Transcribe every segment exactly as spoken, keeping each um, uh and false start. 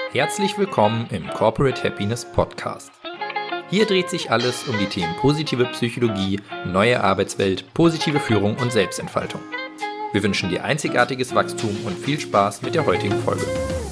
Herzlich willkommen im Corporate Happiness Podcast. Hier dreht sich alles um die Themen positive Psychologie, neue Arbeitswelt, positive Führung und Selbstentfaltung. Wir wünschen dir einzigartiges Wachstum und viel Spaß mit der heutigen Folge.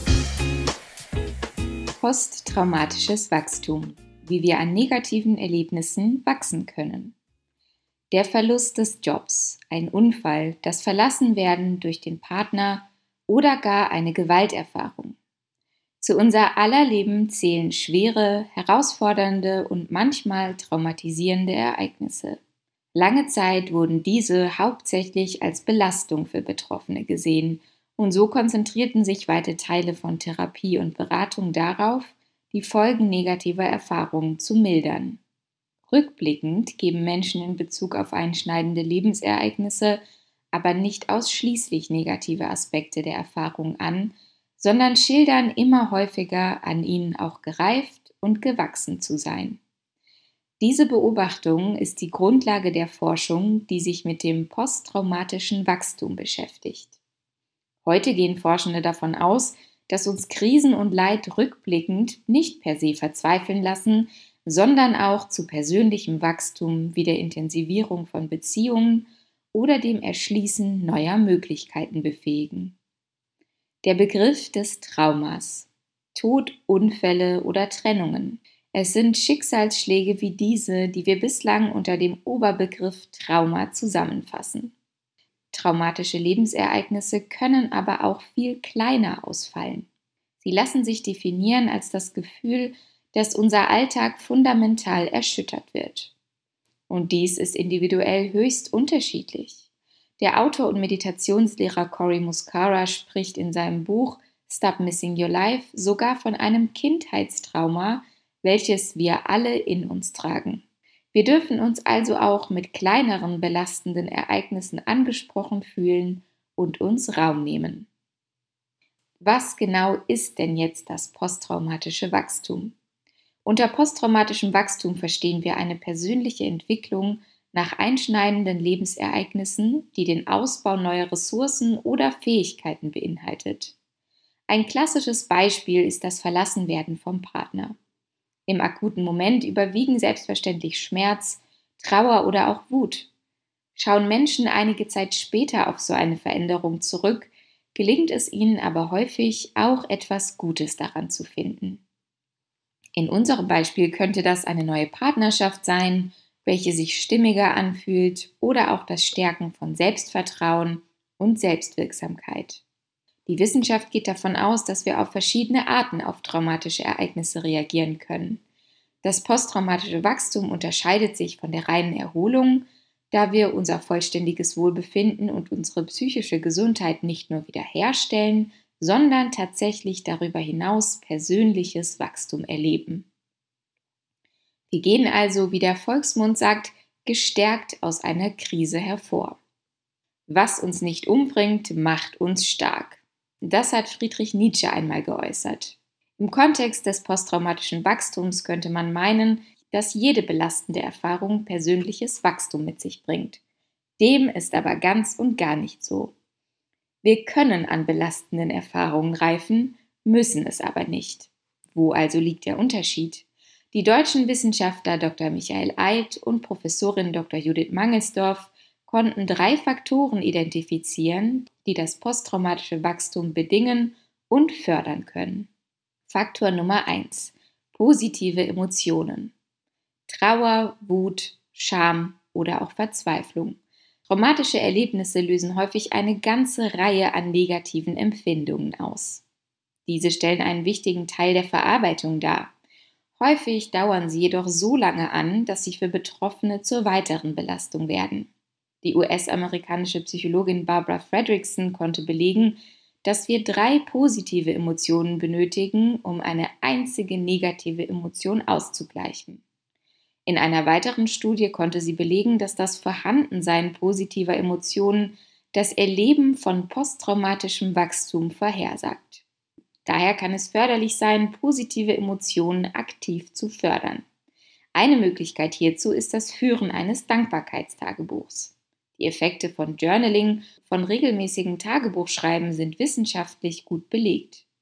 Posttraumatisches Wachstum: Wie wir an negativen Erlebnissen wachsen können. Der Verlust des Jobs, ein Unfall, das Verlassenwerden durch den Partner oder gar eine Gewalterfahrung. Zu unser aller Leben zählen schwere, herausfordernde und manchmal traumatisierende Ereignisse. Lange Zeit wurden diese hauptsächlich als Belastung für Betroffene gesehen und so konzentrierten sich weite Teile von Therapie und Beratung darauf, die Folgen negativer Erfahrungen zu mildern. Rückblickend geben Menschen in Bezug auf einschneidende Lebensereignisse aber nicht ausschließlich negative Aspekte der Erfahrung an, sondern schildern immer häufiger, an ihnen auch gereift und gewachsen zu sein. Diese Beobachtung ist die Grundlage der Forschung, die sich mit dem posttraumatischen Wachstum beschäftigt. Heute gehen Forschende davon aus, dass uns Krisen und Leid rückblickend nicht per se verzweifeln lassen, sondern auch zu persönlichem Wachstum wie der Intensivierung von Beziehungen oder dem Erschließen neuer Möglichkeiten befähigen. Der Begriff des Traumas: Tod, Unfälle oder Trennungen. Es sind Schicksalsschläge wie diese, die wir bislang unter dem Oberbegriff Trauma zusammenfassen. Traumatische Lebensereignisse können aber auch viel kleiner ausfallen. Sie lassen sich definieren als das Gefühl, dass unser Alltag fundamental erschüttert wird. Und dies ist individuell höchst unterschiedlich. Der Autor und Meditationslehrer Cory Muscara spricht in seinem Buch Stop Missing Your Life sogar von einem Kindheitstrauma, welches wir alle in uns tragen. Wir dürfen uns also auch mit kleineren belastenden Ereignissen angesprochen fühlen und uns Raum nehmen. Was genau ist denn jetzt das posttraumatische Wachstum? Unter posttraumatischem Wachstum verstehen wir eine persönliche Entwicklung nach einschneidenden Lebensereignissen, die den Ausbau neuer Ressourcen oder Fähigkeiten beinhaltet. Ein klassisches Beispiel ist das Verlassenwerden vom Partner. Im akuten Moment überwiegen selbstverständlich Schmerz, Trauer oder auch Wut. Schauen Menschen einige Zeit später auf so eine Veränderung zurück, gelingt es ihnen aber häufig, auch etwas Gutes daran zu finden. In unserem Beispiel könnte das eine neue Partnerschaft sein, welche sich stimmiger anfühlt, oder auch das Stärken von Selbstvertrauen und Selbstwirksamkeit. Die Wissenschaft geht davon aus, dass wir auf verschiedene Arten auf traumatische Ereignisse reagieren können. Das posttraumatische Wachstum unterscheidet sich von der reinen Erholung, da wir unser vollständiges Wohlbefinden und unsere psychische Gesundheit nicht nur wiederherstellen, sondern tatsächlich darüber hinaus persönliches Wachstum erleben. Wir gehen also, wie der Volksmund sagt, gestärkt aus einer Krise hervor. Was uns nicht umbringt, macht uns stark. Das hat Friedrich Nietzsche einmal geäußert. Im Kontext des posttraumatischen Wachstums könnte man meinen, dass jede belastende Erfahrung persönliches Wachstum mit sich bringt. Dem ist aber ganz und gar nicht so. Wir können an belastenden Erfahrungen reifen, müssen es aber nicht. Wo also liegt der Unterschied? Die deutschen Wissenschaftler Doktor Michael Eid und Professorin Doktor Judith Mangelsdorf konnten drei Faktoren identifizieren, die das posttraumatische Wachstum bedingen und fördern können. Faktor Nummer eins: Positive Emotionen. Trauer, Wut, Scham oder auch Verzweiflung. Traumatische Erlebnisse lösen häufig eine ganze Reihe an negativen Empfindungen aus. Diese stellen einen wichtigen Teil der Verarbeitung dar. Häufig dauern sie jedoch so lange an, dass sie für Betroffene zur weiteren Belastung werden. Die U S-amerikanische Psychologin Barbara Fredrickson konnte belegen, dass wir drei positive Emotionen benötigen, um eine einzige negative Emotion auszugleichen. In einer weiteren Studie konnte sie belegen, dass das Vorhandensein positiver Emotionen das Erleben von posttraumatischem Wachstum vorhersagt. Daher kann es förderlich sein, positive Emotionen aktiv zu fördern. Eine Möglichkeit hierzu ist das Führen eines Dankbarkeitstagebuchs. Die Effekte von Journaling, von regelmäßigem Tagebuchschreiben sind wissenschaftlich gut belegt.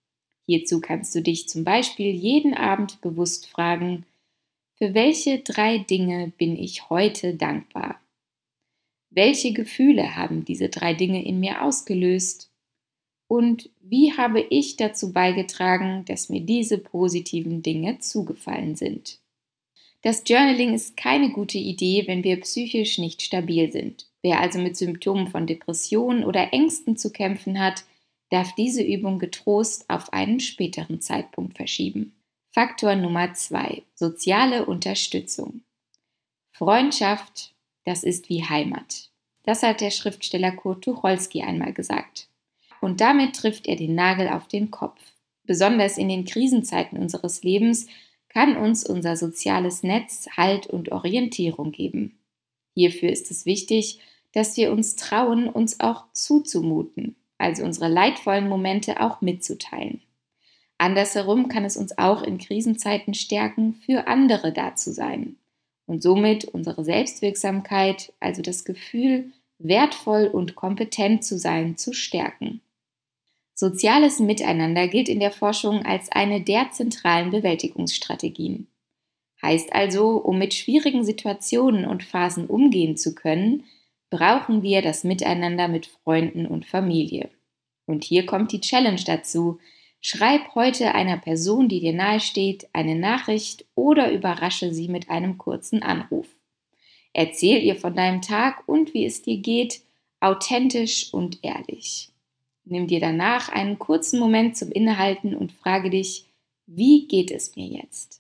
Hierzu kannst du dich zum Beispiel jeden Abend bewusst fragen, für welche drei Dinge bin ich heute dankbar? Welche Gefühle haben diese drei Dinge in mir ausgelöst? Und wie habe ich dazu beigetragen, dass mir diese positiven Dinge zugefallen sind? Das Journaling ist keine gute Idee, wenn wir psychisch nicht stabil sind. Wer also mit Symptomen von Depressionen oder Ängsten zu kämpfen hat, darf diese Übung getrost auf einen späteren Zeitpunkt verschieben. Faktor Nummer zwei: soziale Unterstützung. Freundschaft, das ist wie Heimat. Das hat der Schriftsteller Kurt Tucholsky einmal gesagt. Und damit trifft er den Nagel auf den Kopf. Besonders in den Krisenzeiten unseres Lebens kann uns unser soziales Netz Halt und Orientierung geben. Hierfür ist es wichtig, dass wir uns trauen, uns auch zuzumuten, also unsere leidvollen Momente auch mitzuteilen. Andersherum kann es uns auch in Krisenzeiten stärken, für andere da zu sein und somit unsere Selbstwirksamkeit, also das Gefühl, wertvoll und kompetent zu sein, zu stärken. Soziales Miteinander gilt in der Forschung als eine der zentralen Bewältigungsstrategien. Heißt also, um mit schwierigen Situationen und Phasen umgehen zu können, brauchen wir das Miteinander mit Freunden und Familie. Und hier kommt die Challenge dazu: Schreib heute einer Person, die dir nahesteht, eine Nachricht oder überrasche sie mit einem kurzen Anruf. Erzähl ihr von deinem Tag und wie es dir geht, authentisch und ehrlich. Nimm dir danach einen kurzen Moment zum Innehalten und frage dich, wie geht es mir jetzt?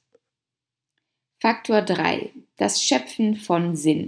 Faktor drei: das Schöpfen von Sinn.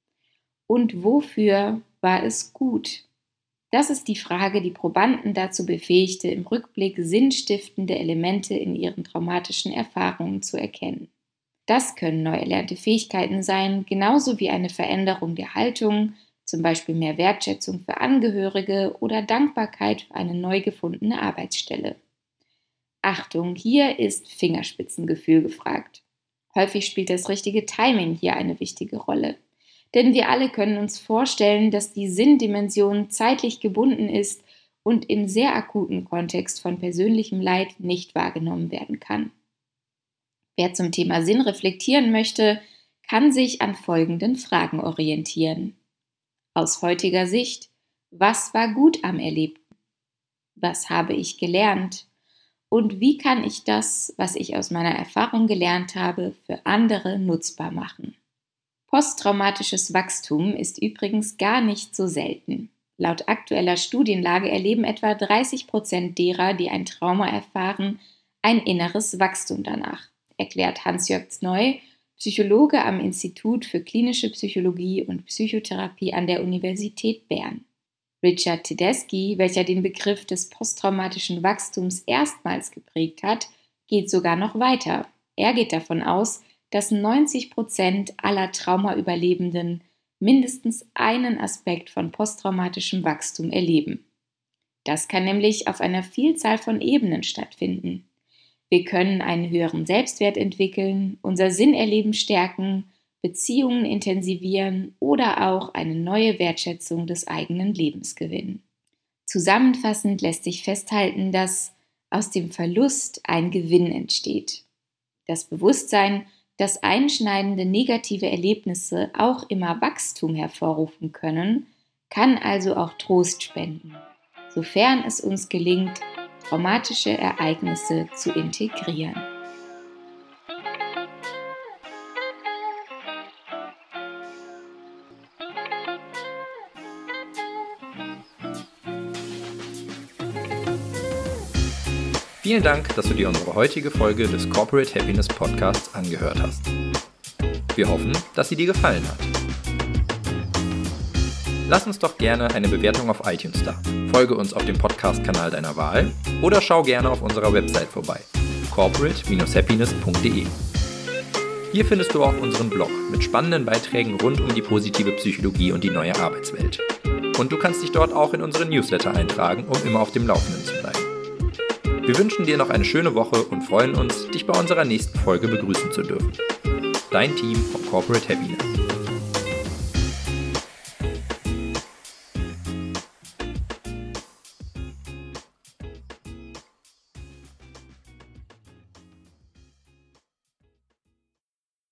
Und wofür war es gut? Das ist die Frage, die Probanden dazu befähigte, im Rückblick sinnstiftende Elemente in ihren traumatischen Erfahrungen zu erkennen. Das können neu erlernte Fähigkeiten sein, genauso wie eine Veränderung der Haltung, zum Beispiel mehr Wertschätzung für Angehörige oder Dankbarkeit für eine neu gefundene Arbeitsstelle. Achtung, hier ist Fingerspitzengefühl gefragt. Häufig spielt das richtige Timing hier eine wichtige Rolle. Denn wir alle können uns vorstellen, dass die Sinndimension zeitlich gebunden ist und im sehr akuten Kontext von persönlichem Leid nicht wahrgenommen werden kann. Wer zum Thema Sinn reflektieren möchte, kann sich an folgenden Fragen orientieren. Aus heutiger Sicht: Was war gut am Erlebten? Was habe ich gelernt? Und wie kann ich das, was ich aus meiner Erfahrung gelernt habe, für andere nutzbar machen? Posttraumatisches Wachstum ist übrigens gar nicht so selten. Laut aktueller Studienlage erleben etwa dreißig Prozent derer, die ein Trauma erfahren, ein inneres Wachstum danach, erklärt Hans-Jörg Znoi, Psychologe am Institut für klinische Psychologie und Psychotherapie an der Universität Bern. Richard Tedeschi, welcher den Begriff des posttraumatischen Wachstums erstmals geprägt hat, geht sogar noch weiter. Er geht davon aus, dass neunzig Prozent aller Traumaüberlebenden mindestens einen Aspekt von posttraumatischem Wachstum erleben. Das kann nämlich auf einer Vielzahl von Ebenen stattfinden. Wir können einen höheren Selbstwert entwickeln, unser Sinnerleben stärken, Beziehungen intensivieren oder auch eine neue Wertschätzung des eigenen Lebens gewinnen. Zusammenfassend lässt sich festhalten, dass aus dem Verlust ein Gewinn entsteht. Das Bewusstsein, dass einschneidende negative Erlebnisse auch immer Wachstum hervorrufen können, kann also auch Trost spenden, sofern es uns gelingt, traumatische Ereignisse zu integrieren. Vielen Dank, dass du dir unsere heutige Folge des Corporate Happiness Podcasts angehört hast. Wir hoffen, dass sie dir gefallen hat. Lass uns doch gerne eine Bewertung auf iTunes da. Folge uns auf dem Podcast-Kanal deiner Wahl oder schau gerne auf unserer Website vorbei, corporate dash happiness punkt de. Hier findest du auch unseren Blog mit spannenden Beiträgen rund um die positive Psychologie und die neue Arbeitswelt. Und du kannst dich dort auch in unseren Newsletter eintragen, um immer auf dem Laufenden zu bleiben. Wir wünschen dir noch eine schöne Woche und freuen uns, dich bei unserer nächsten Folge begrüßen zu dürfen. Dein Team von Corporate Happiness.